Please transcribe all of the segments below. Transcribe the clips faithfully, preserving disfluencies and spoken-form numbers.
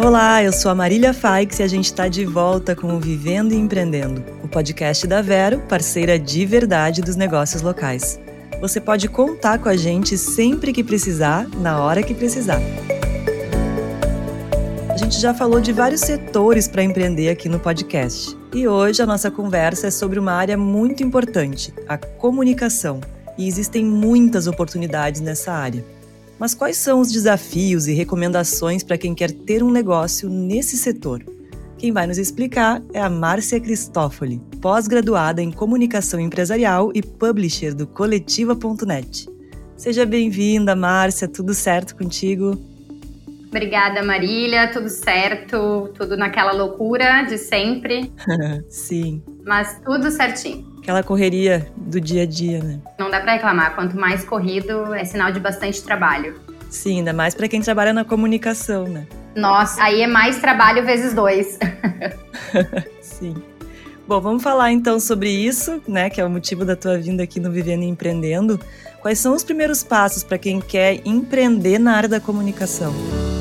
Olá, eu sou a Marília Faix e a gente está de volta com o Vivendo e Empreendendo, o podcast da Vero, parceira de verdade dos negócios locais. Você pode contar com a gente sempre que precisar, na hora que precisar. A gente já falou de vários setores para empreender aqui no podcast. E hoje a nossa conversa é sobre uma área muito importante, a comunicação. E existem muitas oportunidades nessa área. Mas quais são os desafios e recomendações para quem quer ter um negócio nesse setor? Quem vai nos explicar é a Márcia Cristófoli, pós-graduada em Comunicação Empresarial e publisher do Coletiva ponto net. Seja bem-vinda, Márcia, tudo certo contigo? Obrigada, Marília, tudo certo, tudo naquela loucura de sempre. Sim. Mas tudo certinho. Aquela correria do dia a dia, né? Não dá pra reclamar, quanto mais corrido é sinal de bastante trabalho. Sim, ainda mais para quem trabalha na comunicação, né? Nossa, aí é mais trabalho vezes dois. Sim. Bom, vamos falar então sobre isso, né, que é o motivo da tua vinda aqui no Vivendo e Empreendendo. Quais são os primeiros passos para quem quer empreender na área da comunicação?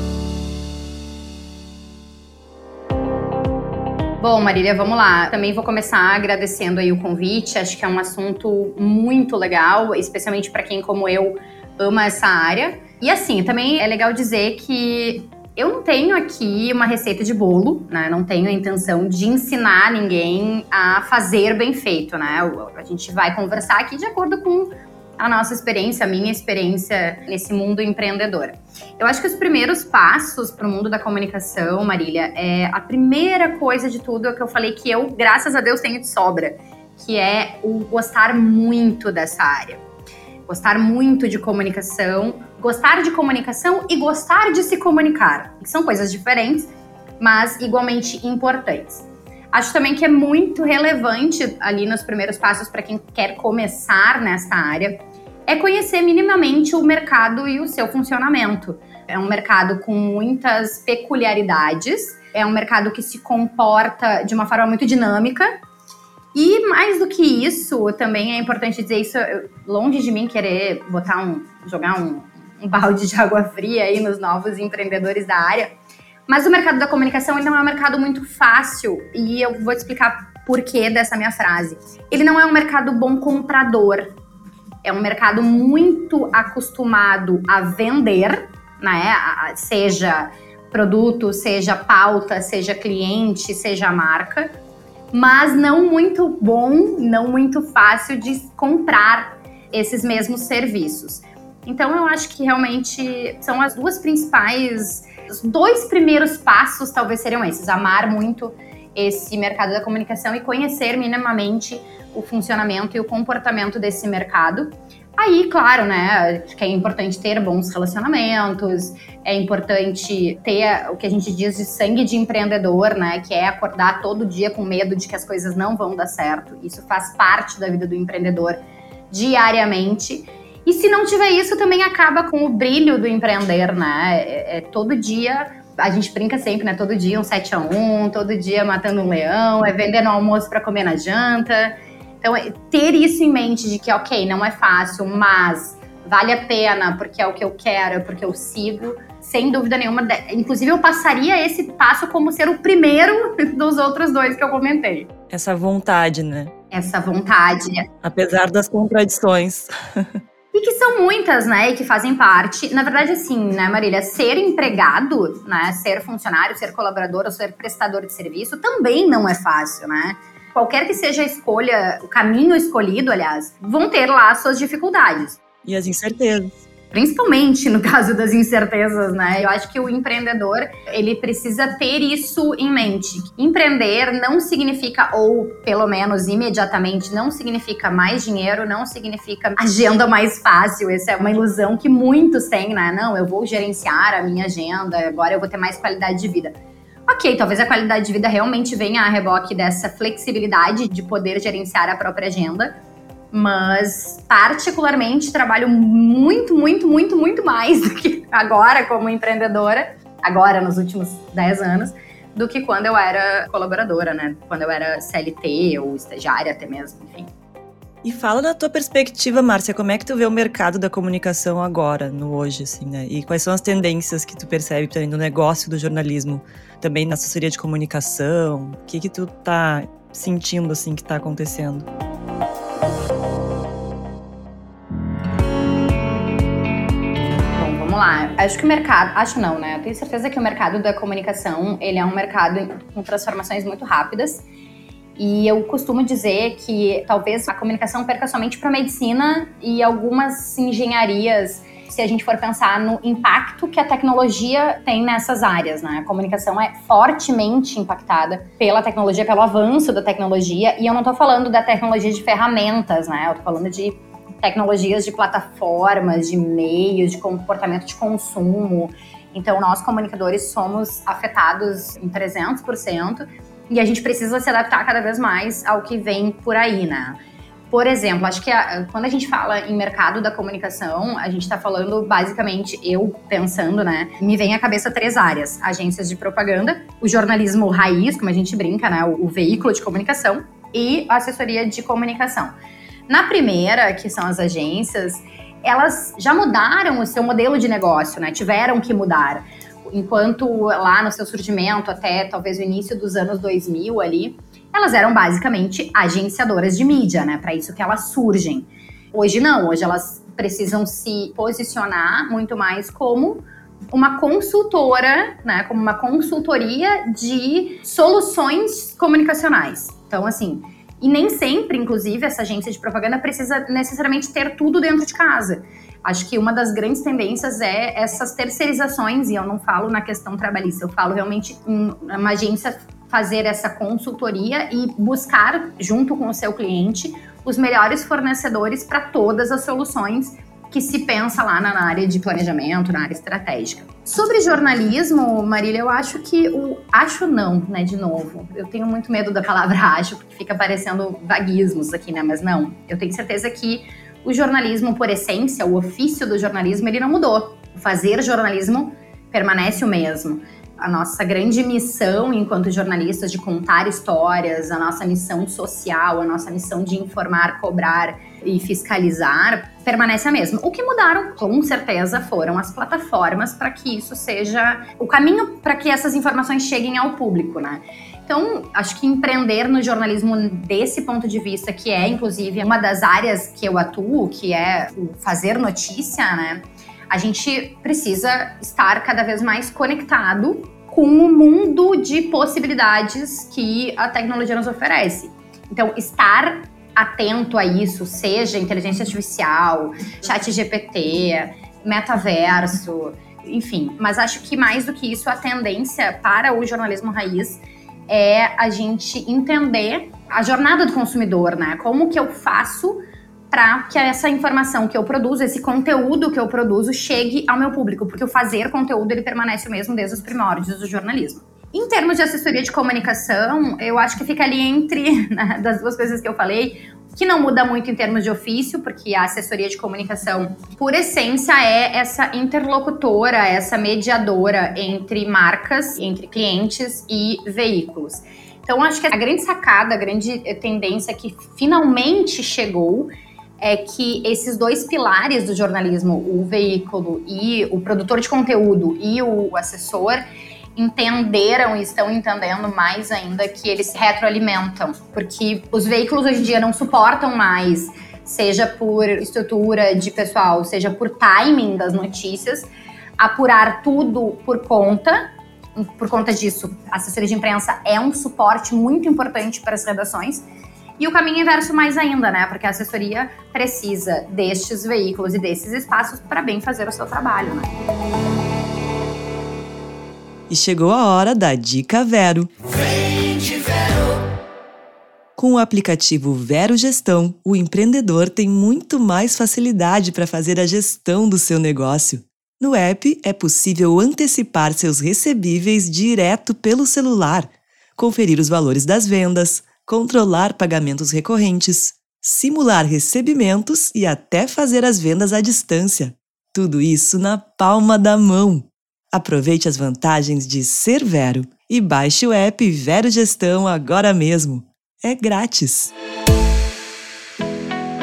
Bom, Marília, vamos lá. Também vou começar agradecendo aí o convite. Acho que é um assunto muito legal, especialmente para quem, como eu, ama essa área. E assim, também é legal dizer que eu não tenho aqui uma receita de bolo, né? Não tenho a intenção de ensinar ninguém a fazer bem feito, né? A gente vai conversar aqui de acordo com a nossa experiência, a minha experiência nesse mundo empreendedor. Eu acho que os primeiros passos para o mundo da comunicação, Marília, é a primeira coisa de tudo é que eu falei que eu, graças a Deus, tenho de sobra, que é o gostar muito dessa área. Gostar muito de comunicação, gostar de comunicação e gostar de se comunicar. São coisas diferentes, mas igualmente importantes. Acho também que é muito relevante ali nos primeiros passos para quem quer começar nessa área, é conhecer minimamente o mercado e o seu funcionamento. É um mercado com muitas peculiaridades, é um mercado que se comporta de uma forma muito dinâmica. E mais do que isso, também é importante dizer isso, longe de mim querer botar um, jogar um, um balde de água fria aí nos novos empreendedores da área, mas o mercado da comunicação ele não é um mercado muito fácil e eu vou te explicar por que dessa minha frase. Ele não é um mercado bom comprador, é um mercado muito acostumado a vender, né? Seja produto, seja pauta, seja cliente, seja marca, mas não muito bom, não muito fácil de comprar esses mesmos serviços. Então eu acho que realmente são as duas principais, os dois primeiros passos talvez seriam esses, amar muito esse mercado da comunicação e conhecer minimamente o funcionamento e o comportamento desse mercado. Aí, claro, né, acho que é importante ter bons relacionamentos, é importante ter o que a gente diz de sangue de empreendedor, né, que é acordar todo dia com medo de que as coisas não vão dar certo. Isso faz parte da vida do empreendedor diariamente. E se não tiver isso, também acaba com o brilho do empreender, né, é, é todo dia... A gente brinca sempre, né? Todo dia um sete a um, todo dia matando um leão, é vendendo almoço para comer na janta. Então, ter isso em mente de que, ok, não é fácil, mas vale a pena porque é o que eu quero, é porque eu sigo, sem dúvida nenhuma. Inclusive, eu passaria esse passo como ser o primeiro dos outros dois que eu comentei. Essa vontade, né? Essa vontade. Apesar das contradições. E que são muitas, né, e que fazem parte. Na verdade, assim, né, Marília, ser empregado, né, ser funcionário, ser colaborador ou ser prestador de serviço também não é fácil, né? Qualquer que seja a escolha, o caminho escolhido, aliás, vão ter lá suas dificuldades. E as incertezas. Principalmente no caso das incertezas, né? Eu acho que o empreendedor, ele precisa ter isso em mente. Empreender não significa, ou pelo menos imediatamente, não significa mais dinheiro, não significa agenda mais fácil. Essa é uma ilusão que muitos têm, né? Não, eu vou gerenciar a minha agenda, agora eu vou ter mais qualidade de vida. Ok, talvez a qualidade de vida realmente venha a reboque dessa flexibilidade de poder gerenciar a própria agenda, mas particularmente trabalho muito, muito, muito, muito mais do que agora como empreendedora, agora nos últimos dez anos, do que quando eu era colaboradora, né? Quando eu era C L T ou estagiária até mesmo, enfim. E fala da tua perspectiva, Márcia, como é que tu vê o mercado da comunicação agora, no hoje, assim, né? E quais são as tendências que tu percebe também no negócio do jornalismo, também na assessoria de comunicação? O que que tu tá sentindo, assim, que tá acontecendo? Bom, vamos lá. Acho que o mercado... Acho não, né? Eu tenho certeza que o mercado da comunicação, ele é um mercado com transformações muito rápidas. E eu costumo dizer que talvez a comunicação perca somente para a medicina e algumas engenharias, se a gente for pensar no impacto que a tecnologia tem nessas áreas, né? A comunicação é fortemente impactada pela tecnologia, pelo avanço da tecnologia, e eu não estou falando da tecnologia de ferramentas, né? Eu estou falando de tecnologias de plataformas, de meios, de comportamento de consumo. Então, nós comunicadores somos afetados em trezentos por cento. E a gente precisa se adaptar cada vez mais ao que vem por aí, né? Por exemplo, acho que a, quando a gente fala em mercado da comunicação, a gente está falando basicamente, eu pensando, né? Me vem à cabeça três áreas. Agências de propaganda, o jornalismo raiz, como a gente brinca, né? O, o veículo de comunicação e a assessoria de comunicação. Na primeira, que são as agências, elas já mudaram o seu modelo de negócio, né? Tiveram que mudar. Enquanto lá no seu surgimento, até talvez o início dos anos dois mil ali, elas eram basicamente agenciadoras de mídia, né? Para isso que elas surgem. Hoje não, hoje elas precisam se posicionar muito mais como uma consultora, né? Como uma consultoria de soluções comunicacionais. Então, assim, e nem sempre, inclusive, essa agência de propaganda precisa necessariamente ter tudo dentro de casa. Acho que uma das grandes tendências é essas terceirizações, e eu não falo na questão trabalhista, eu falo realmente em uma agência fazer essa consultoria e buscar, junto com o seu cliente, os melhores fornecedores para todas as soluções que se pensa lá na área de planejamento, na área estratégica. Sobre jornalismo, Marília, eu acho que o... Acho não, né, de novo. Eu tenho muito medo da palavra acho, porque fica parecendo vaguismos aqui, né, mas não. Eu tenho certeza que o jornalismo, por essência, o ofício do jornalismo, ele não mudou. O fazer jornalismo permanece o mesmo. A nossa grande missão enquanto jornalistas de contar histórias, a nossa missão social, a nossa missão de informar, cobrar e fiscalizar permanece a mesma. O que mudaram, com certeza, foram as plataformas para que isso seja o caminho para que essas informações cheguem ao público, né? Então, acho que empreender no jornalismo desse ponto de vista, que é, inclusive, uma das áreas que eu atuo, que é o fazer notícia, né? A gente precisa estar cada vez mais conectado com o mundo de possibilidades que a tecnologia nos oferece. Então, estar atento a isso, seja inteligência artificial, chat G P T, metaverso, enfim. Mas acho que mais do que isso, a tendência para o jornalismo raiz é a gente entender a jornada do consumidor, né? Como que eu faço para que essa informação que eu produzo, esse conteúdo que eu produzo, chegue ao meu público, porque o fazer conteúdo, ele permanece o mesmo desde os primórdios do jornalismo. Em termos de assessoria de comunicação, eu acho que fica ali entre, né, das duas coisas que eu falei, que não muda muito em termos de ofício, porque a assessoria de comunicação, por essência, é essa interlocutora, essa mediadora entre marcas, entre clientes e veículos. Então, acho que a grande sacada, a grande tendência que finalmente chegou é que esses dois pilares do jornalismo, o veículo e o produtor de conteúdo e o assessor, entenderam e estão entendendo mais ainda que eles se retroalimentam, porque os veículos hoje em dia não suportam mais, seja por estrutura de pessoal, seja por timing das notícias, apurar tudo por conta. Por conta disso, a assessoria de imprensa é um suporte muito importante para as redações. E o caminho inverso mais ainda, né? Porque a assessoria precisa destes veículos e desses espaços para bem fazer o seu trabalho, né? E chegou a hora da Dica Vero. Vem de Vero. Com o aplicativo Vero Gestão, o empreendedor tem muito mais facilidade para fazer a gestão do seu negócio. No app, é possível antecipar seus recebíveis direto pelo celular, conferir os valores das vendas, controlar pagamentos recorrentes, simular recebimentos e até fazer as vendas à distância. Tudo isso na palma da mão. Aproveite as vantagens de ser Vero e baixe o app Vero Gestão agora mesmo. É grátis.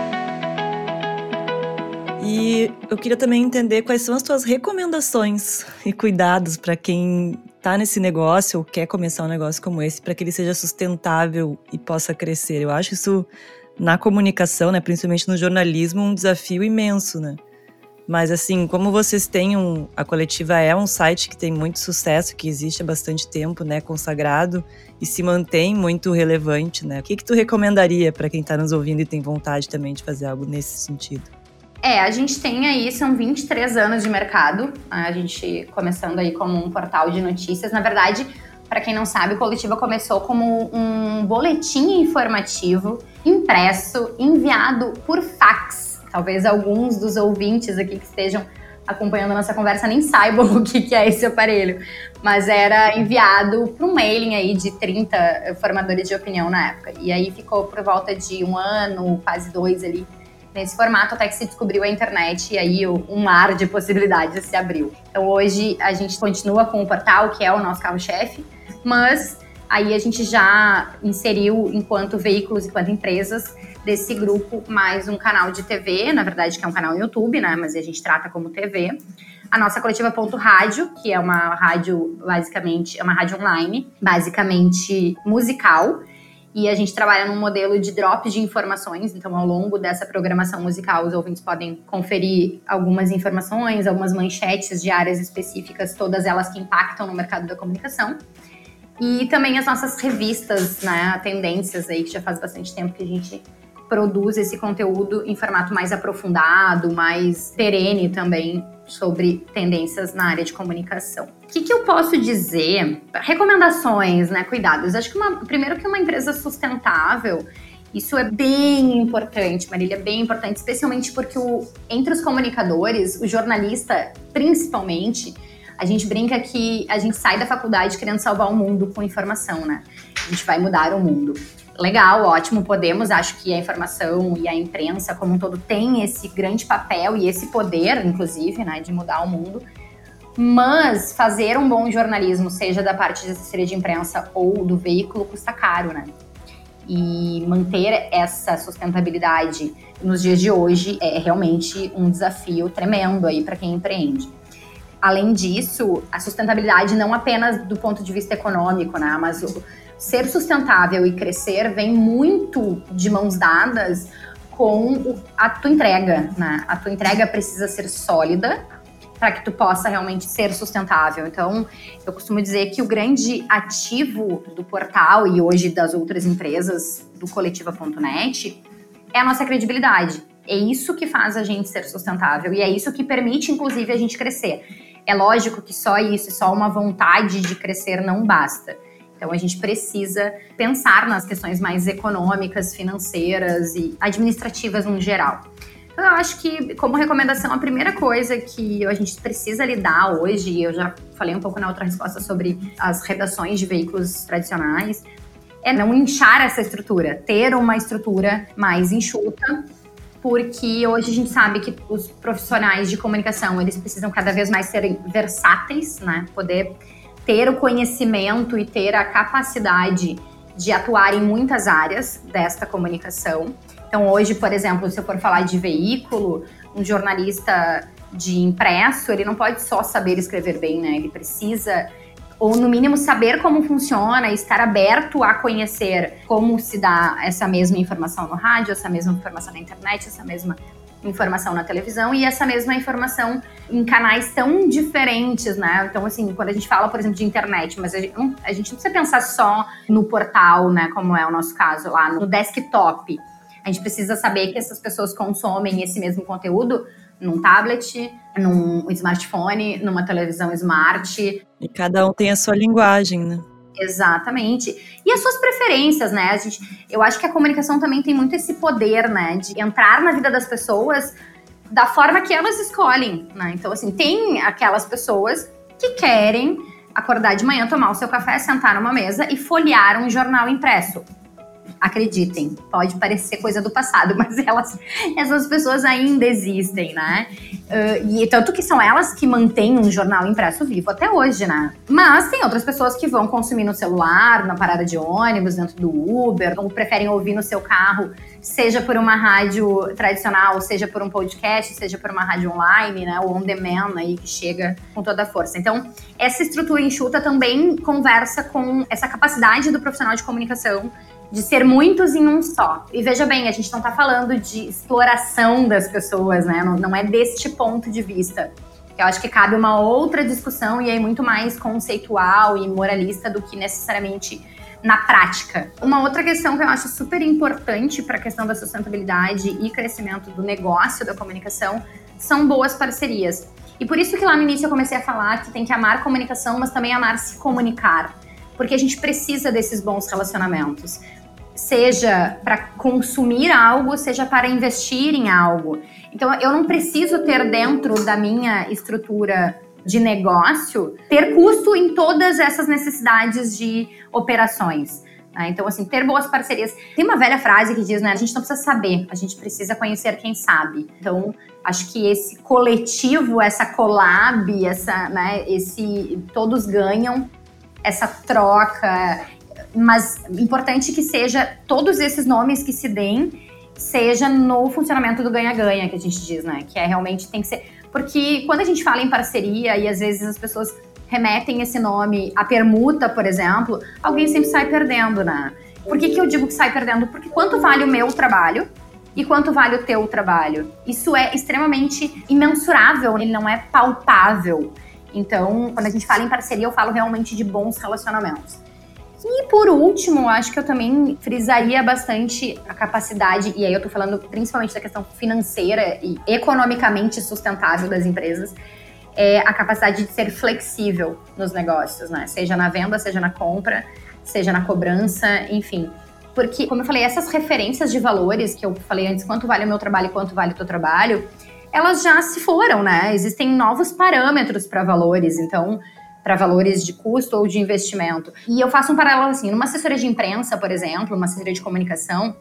E eu queria também entender quais são as tuas recomendações e cuidados para quem está nesse negócio ou quer começar um negócio como esse, para que ele seja sustentável e possa crescer. Eu acho isso, na comunicação, né, principalmente no jornalismo, um desafio imenso, né? Mas assim, como vocês têm um... A Coletiva é um site que tem muito sucesso, que existe há bastante tempo, né, consagrado, e se mantém muito relevante, né? O que que tu recomendaria para quem está nos ouvindo e tem vontade também de fazer algo nesse sentido? É, a gente tem aí, são vinte e três anos de mercado, a gente começando aí como um portal de notícias. Na verdade, para quem não sabe, o Coletiva começou como um boletim informativo impresso, enviado por fax. Talvez alguns dos ouvintes aqui que estejam acompanhando a nossa conversa nem saibam o que, que é esse aparelho. Mas era enviado para um mailing aí de trinta formadores de opinião na época. E aí ficou por volta de um ano, quase dois ali, nesse formato, até que se descobriu a internet e aí um mar de possibilidades se abriu. Então hoje a gente continua com o portal, que é o nosso carro-chefe, mas aí a gente já inseriu, enquanto veículos, enquanto empresas, desse grupo, mais um canal de T V, na verdade que é um canal no YouTube, né, mas a gente trata como T V. A nossa Coletiva.rádio, que é uma rádio, basicamente, é uma rádio online, basicamente musical, e a gente trabalha num modelo de drops de informações, então ao longo dessa programação musical os ouvintes podem conferir algumas informações, algumas manchetes de áreas específicas, todas elas que impactam no mercado da comunicação. E também as nossas revistas, né, tendências aí, que já faz bastante tempo que a gente produz esse conteúdo em formato mais aprofundado, mais perene também, sobre tendências na área de comunicação. O que, que eu posso dizer? Recomendações, né, cuidados. Acho que uma, primeiro que uma empresa sustentável, isso é bem importante, Marília, bem importante, especialmente porque o, entre os comunicadores, o jornalista, principalmente, a gente brinca que a gente sai da faculdade querendo salvar o mundo com informação, né? A gente vai mudar o mundo. Legal, ótimo, podemos, acho que a informação e a imprensa como um todo tem esse grande papel e esse poder, inclusive, né, de mudar o mundo, mas fazer um bom jornalismo, seja da parte de assessoria de imprensa ou do veículo, custa caro, né? E manter essa sustentabilidade nos dias de hoje é realmente um desafio tremendo aí para quem empreende. Além disso, a sustentabilidade não apenas do ponto de vista econômico, né, mas o ser sustentável e crescer vem muito de mãos dadas com a tua entrega, né? A tua entrega precisa ser sólida para que tu possa realmente ser sustentável. Então, eu costumo dizer que o grande ativo do portal e hoje das outras empresas do Coletiva ponto net é a nossa credibilidade. É isso que faz a gente ser sustentável e é isso que permite, inclusive, a gente crescer. É lógico que só isso, só uma vontade de crescer não basta. Então, a gente precisa pensar nas questões mais econômicas, financeiras e administrativas no geral. Então, eu acho que, como recomendação, a primeira coisa que a gente precisa lidar hoje, e eu já falei um pouco na outra resposta sobre as redações de veículos tradicionais, é não inchar essa estrutura, ter uma estrutura mais enxuta, porque hoje a gente sabe que os profissionais de comunicação, eles precisam cada vez mais serem versáteis, né? Poder ter o conhecimento e ter a capacidade de atuar em muitas áreas desta comunicação. Então, hoje, por exemplo, se eu for falar de veículo, um jornalista de impresso, ele não pode só saber escrever bem, né? Ele precisa, ou no mínimo, saber como funciona e estar aberto a conhecer como se dá essa mesma informação no rádio, essa mesma informação na internet, essa mesma informação na televisão e essa mesma informação em canais tão diferentes, né? Então, assim, quando a gente fala, por exemplo, de internet, mas a gente não, a gente não precisa pensar só no portal, né? Como é o nosso caso lá, no desktop. A gente precisa saber que essas pessoas consomem esse mesmo conteúdo num tablet, num smartphone, numa televisão smart. E cada um tem a sua linguagem, né? Exatamente. E as suas preferências, né? A gente, eu acho que a comunicação também tem muito esse poder, né? De entrar na vida das pessoas da forma que elas escolhem, né? Então, assim, tem aquelas pessoas que querem acordar de manhã, tomar o seu café, sentar numa mesa e folhear um jornal impresso. Acreditem, pode parecer coisa do passado, mas elas, essas pessoas ainda existem, né? Uh, e tanto que são elas que mantêm um jornal impresso vivo até hoje, né? Mas tem outras pessoas que vão consumir no celular, na parada de ônibus, dentro do Uber, ou preferem ouvir no seu carro seja por uma rádio tradicional, seja por um podcast, seja por uma rádio online, né, o on demand aí que chega com toda a força. Então, essa estrutura enxuta também conversa com essa capacidade do profissional de comunicação de ser muitos em um só. E veja bem, a gente não está falando de exploração das pessoas, né, não, não é deste ponto de vista. Eu acho que cabe uma outra discussão e aí muito mais conceitual e moralista do que necessariamente na prática. Uma outra questão que eu acho super importante para a questão da sustentabilidade e crescimento do negócio da comunicação são boas parcerias. E por isso que lá no início eu comecei a falar que tem que amar comunicação, mas também amar se comunicar. Porque a gente precisa desses bons relacionamentos. Seja para consumir algo, seja para investir em algo. Então eu não preciso ter dentro da minha estrutura de negócio, ter custo em todas essas necessidades de operações. Né? Então, assim, ter boas parcerias. Tem uma velha frase que diz, né, a gente não precisa saber, a gente precisa conhecer quem sabe. Então, acho que esse coletivo, essa collab, essa, né, esse, todos ganham, essa troca, mas importante que seja, todos esses nomes que se deem, seja no funcionamento do ganha-ganha, que a gente diz, né, que é realmente tem que ser... Porque quando a gente fala em parceria e às vezes as pessoas remetem esse nome à permuta, por exemplo, alguém sempre sai perdendo, né? Por que que eu digo que sai perdendo? Porque quanto vale o meu trabalho e quanto vale o teu trabalho? Isso é extremamente imensurável, ele não é palpável. Então, quando a gente fala em parceria, eu falo realmente de bons relacionamentos. E por último, acho que eu também frisaria bastante a capacidade, e aí eu tô falando principalmente da questão financeira e economicamente sustentável das empresas, é a capacidade de ser flexível nos negócios, né? Seja na venda, seja na compra, seja na cobrança, enfim. Porque, como eu falei, essas referências de valores que eu falei antes, quanto vale o meu trabalho e quanto vale o teu trabalho, elas já se foram, né? Existem novos parâmetros para valores, então... para valores de custo ou de investimento. E eu faço um paralelo assim, numa assessoria de imprensa, por exemplo, uma assessoria de comunicação,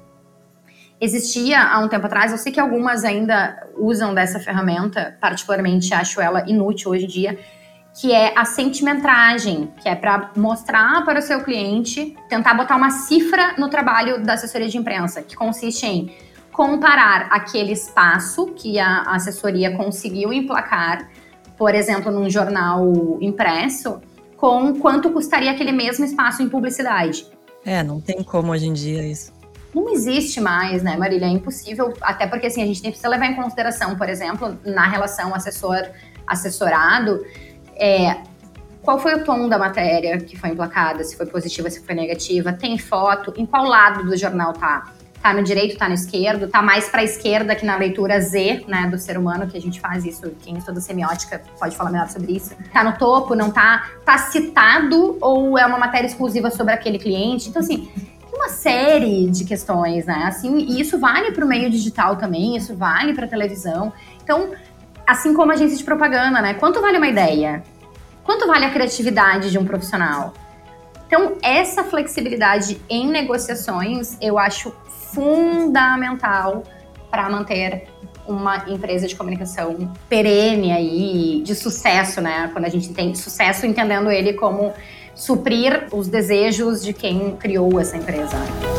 existia há um tempo atrás, eu sei que algumas ainda usam dessa ferramenta, particularmente acho ela inútil hoje em dia, que é a sentimentragem, que é para mostrar para o seu cliente, tentar botar uma cifra no trabalho da assessoria de imprensa, que consiste em comparar aquele espaço que a assessoria conseguiu emplacar, por exemplo, num jornal impresso, com quanto custaria aquele mesmo espaço em publicidade. É, não tem como hoje em dia isso. Não existe mais, né, Marília? É impossível, até porque assim, a gente precisa levar em consideração, por exemplo, na relação assessor-assessorado, é, qual foi o tom da matéria que foi emplacada, se foi positiva, se foi negativa, tem foto, em qual lado do jornal tá? Tá no direito, tá no esquerdo, tá mais para a esquerda que na leitura Z, né, do ser humano, que a gente faz isso, quem estuda semiótica pode falar melhor sobre isso. Tá no topo, não tá? Tá citado ou é uma matéria exclusiva sobre aquele cliente? Então, assim, tem uma série de questões, né? Assim, e isso vale para o meio digital também, isso vale para televisão. Então, assim como a agência de propaganda, né? Quanto vale uma ideia? Quanto vale a criatividade de um profissional? Então, essa flexibilidade em negociações, eu acho fundamental para manter uma empresa de comunicação perene aí, de sucesso, né? Quando a gente tem sucesso, entendendo ele como suprir os desejos de quem criou essa empresa.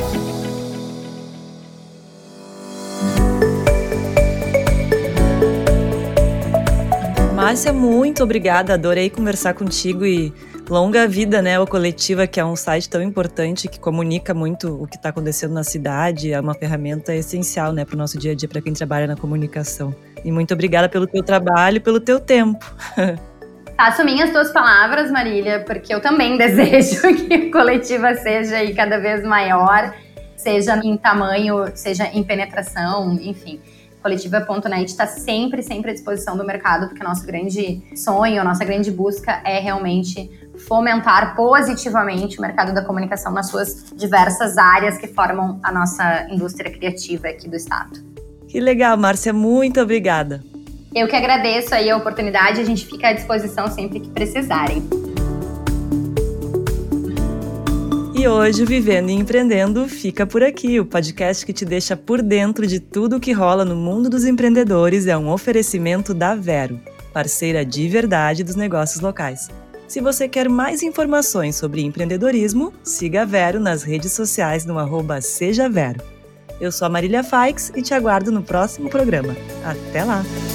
Márcia, muito obrigada, adorei conversar contigo e longa vida, né, o Coletiva, que é um site tão importante, que comunica muito o que está acontecendo na cidade, é uma ferramenta essencial, né, para o nosso dia a dia, para quem trabalha na comunicação. E muito obrigada pelo teu trabalho e pelo teu tempo. Assumi as tuas palavras, Marília, porque eu também desejo que a Coletiva seja aí cada vez maior, seja em tamanho, seja em penetração, enfim. Coletiva ponto net está sempre, sempre à disposição do mercado, porque o nosso grande sonho, a nossa grande busca é realmente fomentar positivamente o mercado da comunicação nas suas diversas áreas que formam a nossa indústria criativa aqui do estado. Que legal, Márcia, muito obrigada. Eu que agradeço aí a oportunidade, a gente fica à disposição sempre que precisarem. E hoje o Vivendo e Empreendendo fica por aqui. O podcast que te deixa por dentro de tudo o que rola no mundo dos empreendedores é um oferecimento da Vero, parceira de verdade dos negócios locais. Se você quer mais informações sobre empreendedorismo, siga a Vero nas redes sociais no arroba Seja Vero. Eu sou a Marília Faix e te aguardo no próximo programa. Até lá!